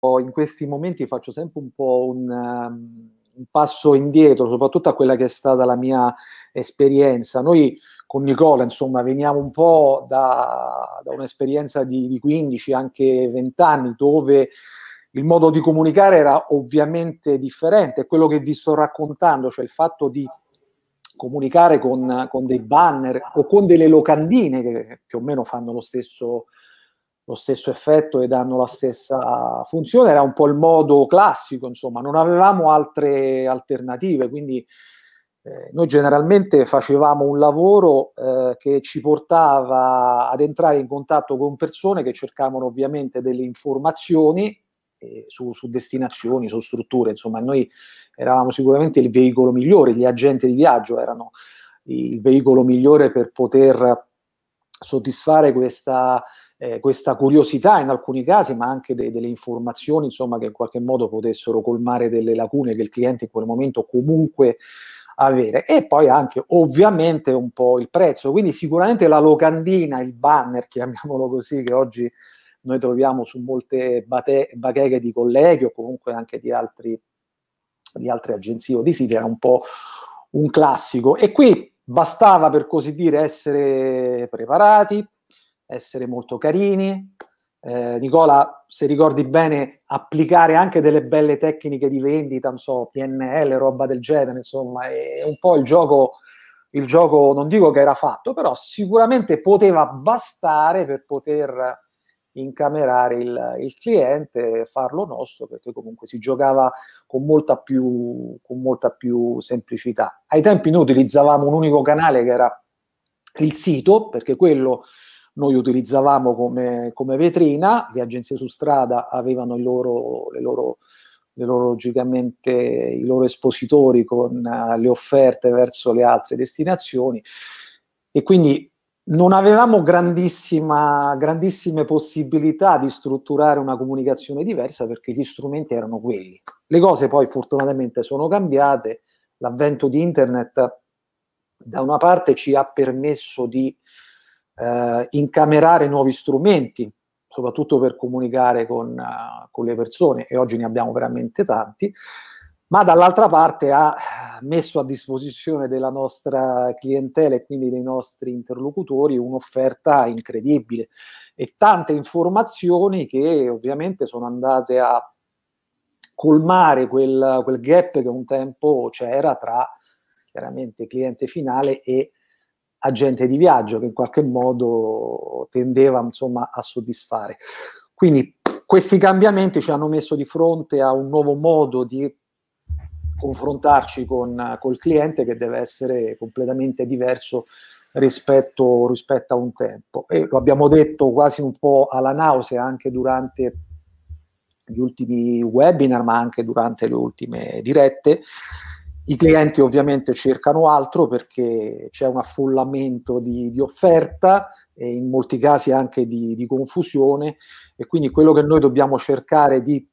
in questi momenti faccio sempre un po' un passo indietro, soprattutto a quella che è stata la mia esperienza. Noi con Nicola, insomma, veniamo un po' da un'esperienza di 15, anche 20 anni, dove il modo di comunicare era ovviamente differente. Quello che vi sto raccontando, cioè il fatto di comunicare con dei banner o con delle locandine che più o meno fanno lo stesso effetto ed hanno la stessa funzione, era un po' il modo classico, insomma, non avevamo altre alternative, quindi noi generalmente facevamo un lavoro che ci portava ad entrare in contatto con persone che cercavano ovviamente delle informazioni su destinazioni, su strutture, insomma, noi eravamo sicuramente il veicolo migliore, gli agenti di viaggio erano il veicolo migliore per poter soddisfare questa curiosità in alcuni casi, ma anche delle informazioni, insomma, che in qualche modo potessero colmare delle lacune che il cliente in quel momento comunque avere. E poi anche ovviamente un po' il prezzo, quindi sicuramente la locandina, il banner, chiamiamolo così, che oggi noi troviamo su molte bacheche di colleghi o comunque anche di altre agenzie o di siti, era un po' un classico. E qui bastava, per così dire, essere preparati, essere molto carini. Nicola, se ricordi bene, applicare anche delle belle tecniche di vendita, non so, PNL, roba del genere, insomma, è un po' il gioco non dico che era fatto, però sicuramente poteva bastare per poter incamerare il cliente e farlo nostro, perché comunque si giocava con molta più semplicità. Ai tempi noi utilizzavamo un unico canale che era il sito, perché quello noi utilizzavamo come vetrina, le agenzie su strada avevano logicamente i loro espositori con le offerte verso le altre destinazioni, e quindi non avevamo grandissime possibilità di strutturare una comunicazione diversa, perché gli strumenti erano quelli. Le cose poi fortunatamente sono cambiate, l'avvento di internet da una parte ci ha permesso di incamerare nuovi strumenti, soprattutto per comunicare con le persone, e oggi ne abbiamo veramente tanti, ma dall'altra parte ha messo a disposizione della nostra clientela e quindi dei nostri interlocutori un'offerta incredibile e tante informazioni che ovviamente sono andate a colmare quel gap che un tempo c'era tra chiaramente cliente finale e agente di viaggio, che in qualche modo tendeva, insomma, a soddisfare. Quindi questi cambiamenti ci hanno messo di fronte a un nuovo modo di confrontarci col cliente, che deve essere completamente diverso rispetto a un tempo. E lo abbiamo detto quasi un po' alla nausea anche durante gli ultimi webinar, ma anche durante le ultime dirette. I clienti ovviamente cercano altro perché c'è un affollamento di offerta e in molti casi anche di confusione, e quindi quello che noi dobbiamo cercare di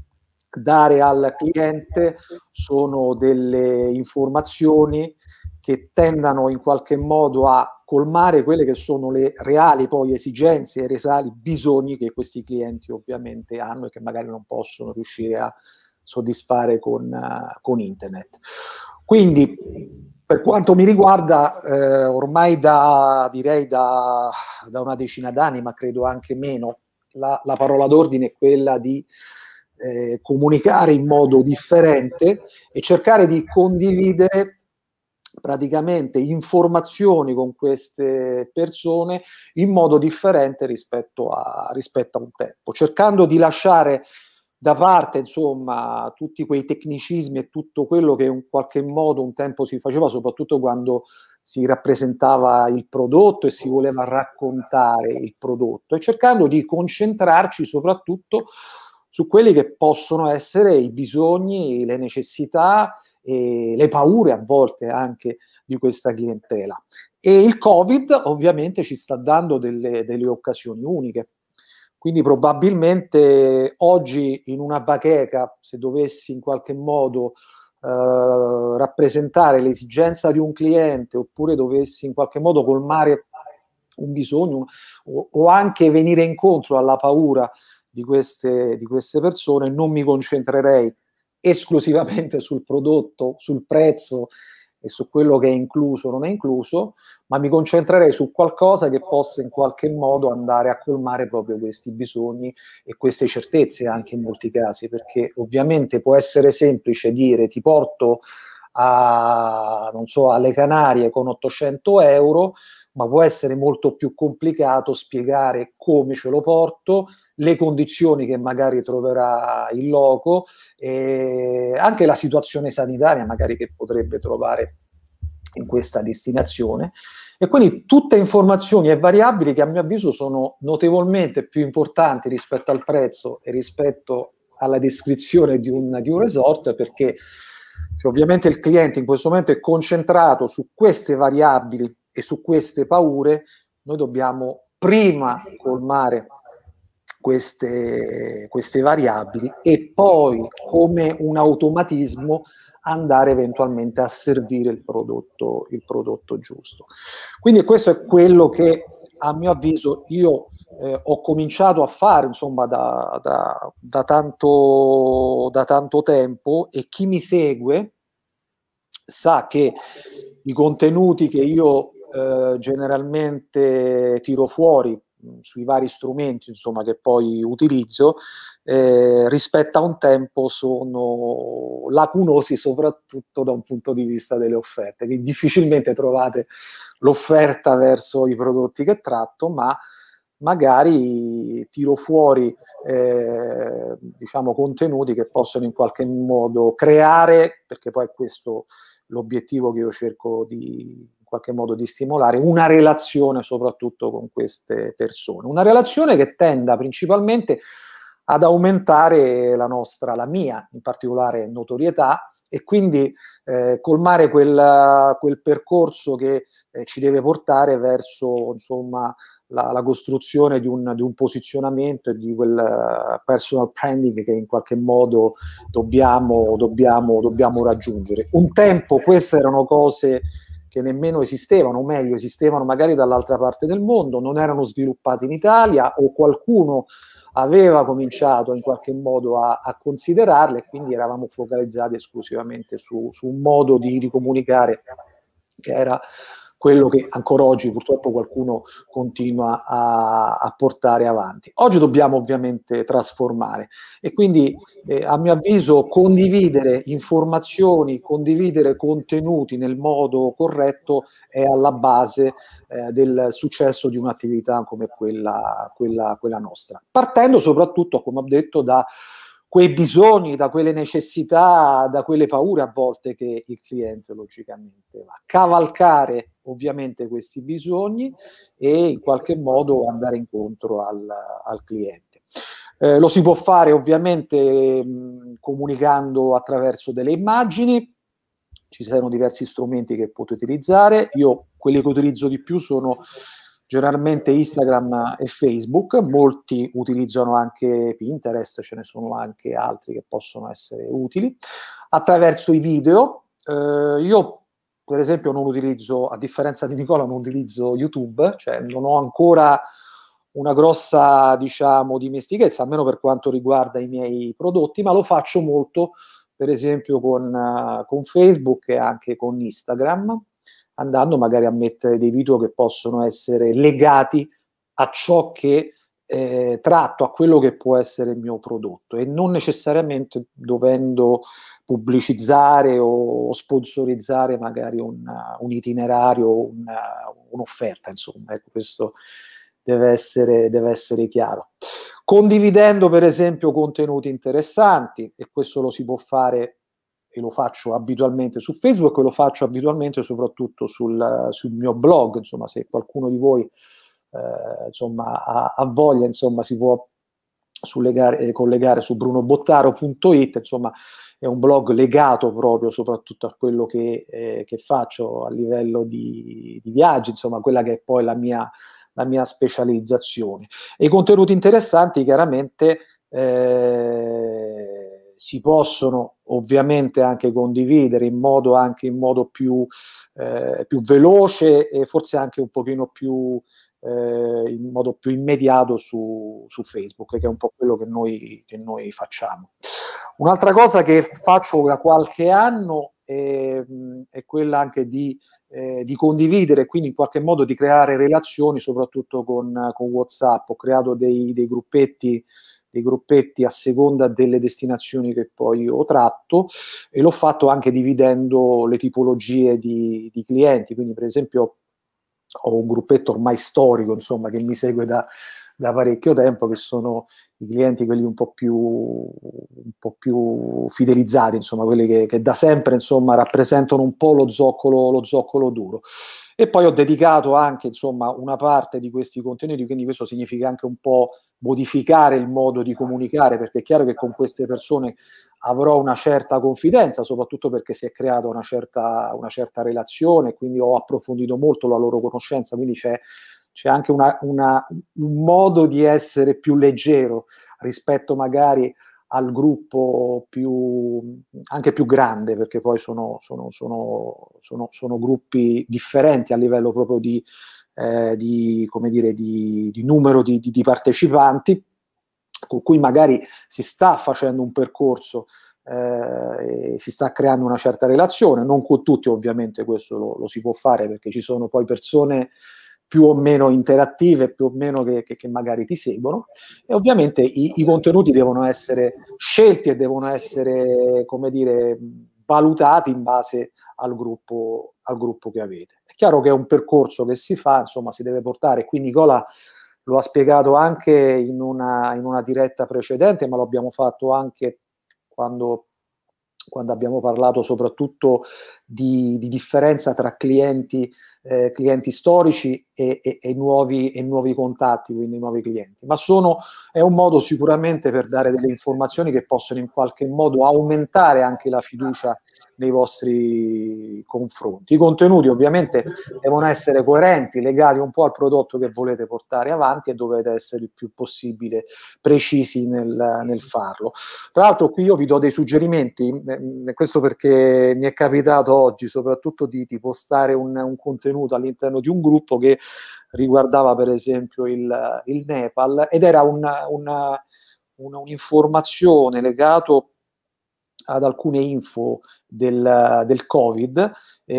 dare al cliente sono delle informazioni che tendano in qualche modo a colmare quelle che sono le reali poi esigenze e reali bisogni che questi clienti ovviamente hanno e che magari non possono riuscire a soddisfare con internet. Quindi per quanto mi riguarda, ormai direi da una decina d'anni, ma credo anche meno, la parola d'ordine è quella di comunicare in modo differente e cercare di condividere praticamente informazioni con queste persone in modo differente rispetto a un tempo, cercando di lasciare da parte, insomma, tutti quei tecnicismi e tutto quello che in qualche modo un tempo si faceva, soprattutto quando si rappresentava il prodotto e si voleva raccontare il prodotto, e cercando di concentrarci soprattutto su quelli che possono essere i bisogni, le necessità e le paure a volte anche di questa clientela. E il Covid ovviamente ci sta dando delle occasioni uniche. Quindi probabilmente oggi in una bacheca, se dovessi in qualche modo rappresentare l'esigenza di un cliente, oppure dovessi in qualche modo colmare un bisogno o anche venire incontro alla paura di queste persone, non mi concentrerei esclusivamente sul prodotto, sul prezzo e su quello che è incluso o non è incluso, ma mi concentrerei su qualcosa che possa in qualche modo andare a colmare proprio questi bisogni e queste certezze anche in molti casi, perché ovviamente può essere semplice dire ti porto non so, alle Canarie con 800 euro, ma può essere molto più complicato spiegare come ce lo porto, le condizioni che magari troverà il loco, e anche la situazione sanitaria magari che potrebbe trovare in questa destinazione. E quindi tutte informazioni e variabili che a mio avviso sono notevolmente più importanti rispetto al prezzo e rispetto alla descrizione di un resort, perché se ovviamente il cliente in questo momento è concentrato su queste variabili e su queste paure, noi dobbiamo prima colmare queste variabili e poi, come un automatismo, andare eventualmente a servire il prodotto giusto. Quindi questo è quello che a mio avviso io ho cominciato a fare insomma da tanto tempo, e chi mi segue sa che i contenuti che io generalmente tiro fuori sui vari strumenti insomma che poi utilizzo rispetto a un tempo sono lacunosi soprattutto da un punto di vista delle offerte, quindi difficilmente trovate l'offerta verso i prodotti che tratto, ma magari tiro fuori diciamo contenuti che possono in qualche modo creare, perché poi è questo l'obiettivo che io cerco di in qualche modo di stimolare, una relazione soprattutto con queste persone, una relazione che tenda principalmente ad aumentare la mia in particolare notorietà, e quindi colmare quel percorso che ci deve portare verso insomma la costruzione di un posizionamento e di quel personal branding che in qualche modo dobbiamo raggiungere. Un tempo queste erano cose che nemmeno esistevano, o meglio, esistevano magari dall'altra parte del mondo, non erano sviluppate in Italia, o qualcuno aveva cominciato in qualche modo a considerarle, e quindi eravamo focalizzati esclusivamente su un modo di comunicare che era quello che ancora oggi purtroppo qualcuno continua a portare avanti. Oggi dobbiamo ovviamente trasformare, e quindi a mio avviso condividere informazioni, condividere contenuti nel modo corretto è alla base del successo di un'attività come quella nostra, partendo soprattutto, come ho detto, da quei bisogni, da quelle necessità, da quelle paure a volte che il cliente logicamente va. Cavalcare ovviamente questi bisogni e in qualche modo andare incontro al cliente. Lo si può fare ovviamente comunicando attraverso delle immagini, ci sono diversi strumenti che potete utilizzare, io quelli che utilizzo di più sono generalmente Instagram e Facebook, molti utilizzano anche Pinterest, ce ne sono anche altri che possono essere utili. Attraverso i video, io per esempio non utilizzo, a differenza di Nicola, non utilizzo YouTube, cioè non ho ancora una grossa, diciamo, dimestichezza, almeno per quanto riguarda i miei prodotti, ma lo faccio molto, per esempio, con Facebook e anche con Instagram, andando magari a mettere dei video che possono essere legati a ciò che tratto, a quello che può essere il mio prodotto, e non necessariamente dovendo pubblicizzare o sponsorizzare magari un itinerario, un'offerta, insomma, ecco, questo deve essere chiaro. Condividendo per esempio contenuti interessanti, e questo lo si può fare, e lo faccio abitualmente su Facebook, e lo faccio abitualmente soprattutto sul mio blog, insomma, se qualcuno di voi insomma ha voglia, insomma, si può collegare su brunobottaro.it, insomma è un blog legato proprio soprattutto a quello che faccio a livello di viaggi, insomma quella che è poi la mia specializzazione. E i contenuti interessanti chiaramente si possono ovviamente anche condividere in modo più veloce e forse anche un pochino più in modo più immediato su Facebook, che è un po' quello che noi facciamo. Un'altra cosa che faccio da qualche anno è quella anche di condividere, quindi in qualche modo di creare relazioni, soprattutto con WhatsApp. Ho creato dei gruppetti a seconda delle destinazioni che poi io tratto, e l'ho fatto anche dividendo le tipologie di clienti. Quindi, per esempio, ho un gruppetto ormai storico, insomma, che mi segue da parecchio tempo, che sono i clienti, quelli un po' più fidelizzati, insomma, quelli che da sempre, insomma, rappresentano un po' lo zoccolo duro. E poi ho dedicato anche, insomma, una parte di questi contenuti, quindi questo significa anche un po' modificare il modo di comunicare, perché è chiaro che con queste persone avrò una certa confidenza, soprattutto perché si è creata una certa relazione, quindi ho approfondito molto la loro conoscenza, quindi c'è anche un modo di essere più leggero rispetto magari al gruppo anche più grande, perché poi sono gruppi differenti a livello proprio come dire, di numero di partecipanti, con cui magari si sta facendo un percorso, si sta creando una certa relazione. Non con tutti ovviamente questo lo si può fare, perché ci sono poi persone più o meno interattive, più o meno che magari ti seguono, e ovviamente i contenuti devono essere scelti e devono essere, come dire, valutati in base al gruppo che avete. È chiaro che è un percorso che si fa, insomma, si deve portare. Qui Nicola lo ha spiegato anche in una diretta precedente, ma lo abbiamo fatto anche quando abbiamo parlato soprattutto di differenza tra clienti storici e nuovi contatti, quindi nuovi clienti. Ma è un modo sicuramente per dare delle informazioni che possono in qualche modo aumentare anche la fiducia nei vostri confronti. I contenuti ovviamente devono essere coerenti, legati un po' al prodotto che volete portare avanti, e dovete essere il più possibile precisi nel farlo. Tra l'altro qui io vi do dei suggerimenti, questo perché mi è capitato oggi soprattutto di postare un contenuto all'interno di un gruppo che riguardava per esempio il Nepal, ed era un'informazione legato ad alcune info del Covid,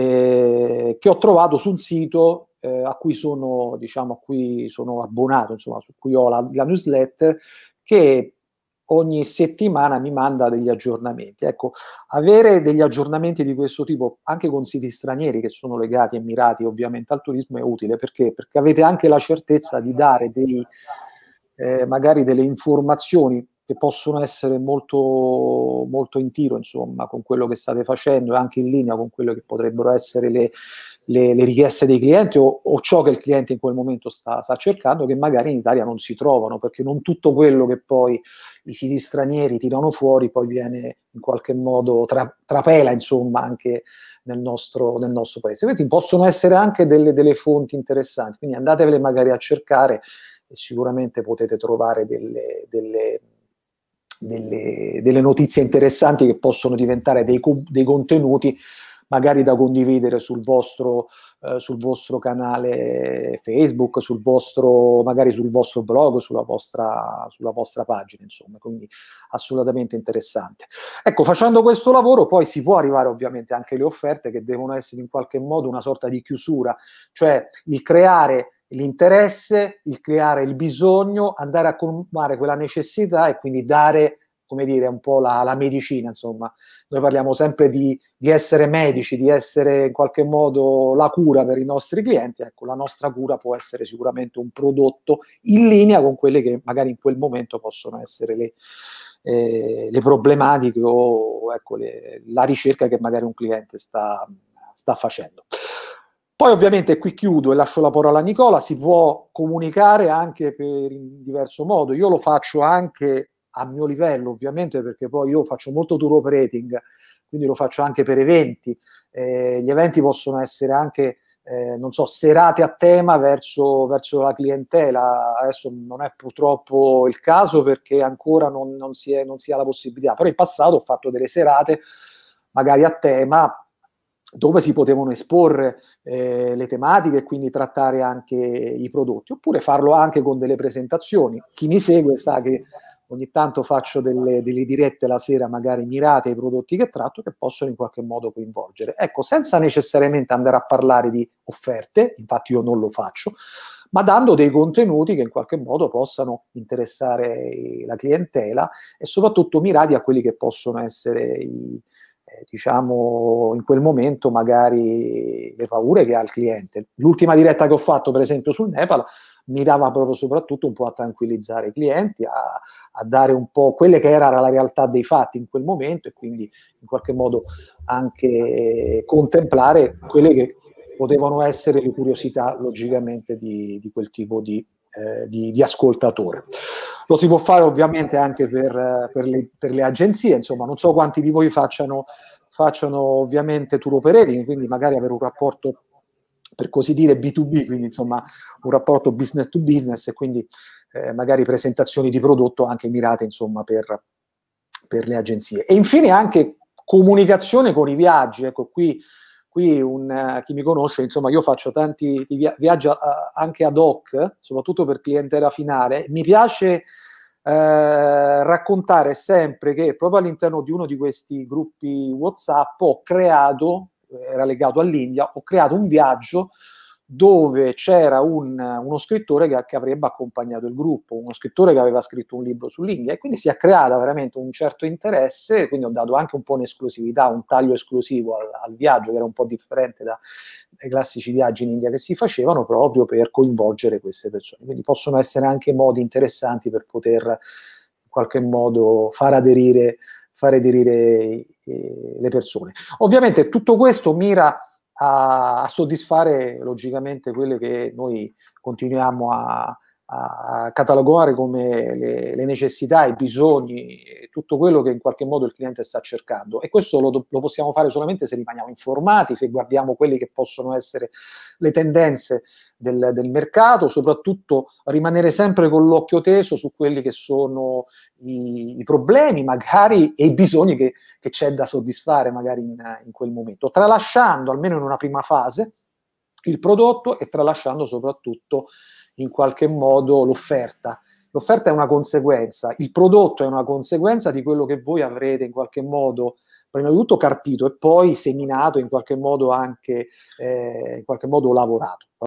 che ho trovato su un sito a cui sono abbonato, insomma, su cui ho la newsletter, che ogni settimana mi manda degli aggiornamenti. Ecco, avere degli aggiornamenti di questo tipo anche con siti stranieri che sono legati e mirati ovviamente al turismo è utile, perché avete anche la certezza di dare magari delle informazioni che possono essere molto, molto in tiro, insomma, con quello che state facendo, e anche in linea con quello che potrebbero essere le richieste dei clienti, o ciò che il cliente in quel momento sta cercando, che magari in Italia non si trovano, perché non tutto quello che poi i siti stranieri tirano fuori poi viene in qualche modo trapela, insomma, anche nel nostro paese. Quindi possono essere anche delle fonti interessanti, quindi andatevele magari a cercare, e sicuramente potete trovare delle notizie interessanti che possono diventare dei contenuti magari da condividere sul vostro canale Facebook, magari sul vostro blog, sulla vostra pagina, insomma, quindi assolutamente interessante. Ecco, facendo questo lavoro poi si può arrivare ovviamente anche alle offerte, che devono essere in qualche modo una sorta di chiusura, cioè il creare l'interesse, il creare il bisogno, andare a colmare quella necessità e quindi dare, come dire, un po' la medicina, insomma. Noi parliamo sempre di essere medici, di essere in qualche modo la cura per i nostri clienti. Ecco, la nostra cura può essere sicuramente un prodotto in linea con quelle che magari in quel momento possono essere le problematiche, o ecco, la ricerca che magari un cliente sta facendo. Poi ovviamente qui chiudo e lascio la parola a Nicola. Si può comunicare anche in diverso modo. Io lo faccio anche a mio livello, ovviamente, perché poi io faccio molto tour operating, quindi lo faccio anche per eventi. Gli eventi possono essere anche non so, serate a tema verso la clientela. Adesso non è purtroppo il caso perché ancora non si ha la possibilità, però in passato ho fatto delle serate magari a tema dove si potevano esporre le tematiche e quindi trattare anche i prodotti, oppure farlo anche con delle presentazioni. Chi mi segue sa che ogni tanto faccio delle dirette la sera magari mirate ai prodotti che tratto, che possono in qualche modo coinvolgere. Ecco, senza necessariamente andare a parlare di offerte, infatti io non lo faccio, ma dando dei contenuti che in qualche modo possano interessare la clientela e soprattutto mirati a quelli che possono essere diciamo in quel momento magari le paure che ha il cliente. L'ultima diretta che ho fatto per esempio sul Nepal mirava proprio soprattutto un po' a tranquillizzare i clienti, a dare un po' quelle che era la realtà dei fatti in quel momento e quindi in qualche modo anche contemplare quelle che potevano essere le curiosità logicamente di quel tipo di ascoltatore. Lo si può fare ovviamente anche per le agenzie, insomma, non so quanti di voi facciano ovviamente tour operating, quindi magari avere un rapporto per così dire B2B, quindi insomma un rapporto business to business e quindi magari presentazioni di prodotto anche mirate insomma per le agenzie. E infine anche comunicazione con i viaggi, ecco qui chi mi conosce, insomma, io faccio tanti viaggi anche ad hoc, soprattutto per clientela finale. Mi piace raccontare sempre che proprio all'interno di uno di questi gruppi WhatsApp ho creato, era legato all'India, ho creato un viaggio dove c'era uno scrittore che avrebbe accompagnato il gruppo, uno scrittore che aveva scritto un libro sull'India e quindi si è creata veramente un certo interesse, quindi ho dato anche un po' un'esclusività, un taglio esclusivo al viaggio che era un po' differente dai classici viaggi in India che si facevano proprio per coinvolgere queste persone, quindi possono essere anche modi interessanti per poter in qualche modo far aderire le persone. Ovviamente tutto questo mira a soddisfare logicamente quelle che noi continuiamo a catalogare come le necessità, i bisogni, tutto quello che in qualche modo il cliente sta cercando. E questo lo possiamo fare solamente se rimaniamo informati, se guardiamo quelle che possono essere le tendenze del mercato, soprattutto rimanere sempre con l'occhio teso su quelli che sono i problemi magari e i bisogni che c'è da soddisfare magari in quel momento, tralasciando almeno in una prima fase il prodotto e tralasciando soprattutto in qualche modo l'offerta. L'offerta è una conseguenza, il prodotto è una conseguenza di quello che voi avrete in qualche modo prima di tutto carpito e poi seminato in qualche modo anche in qualche modo lavorato.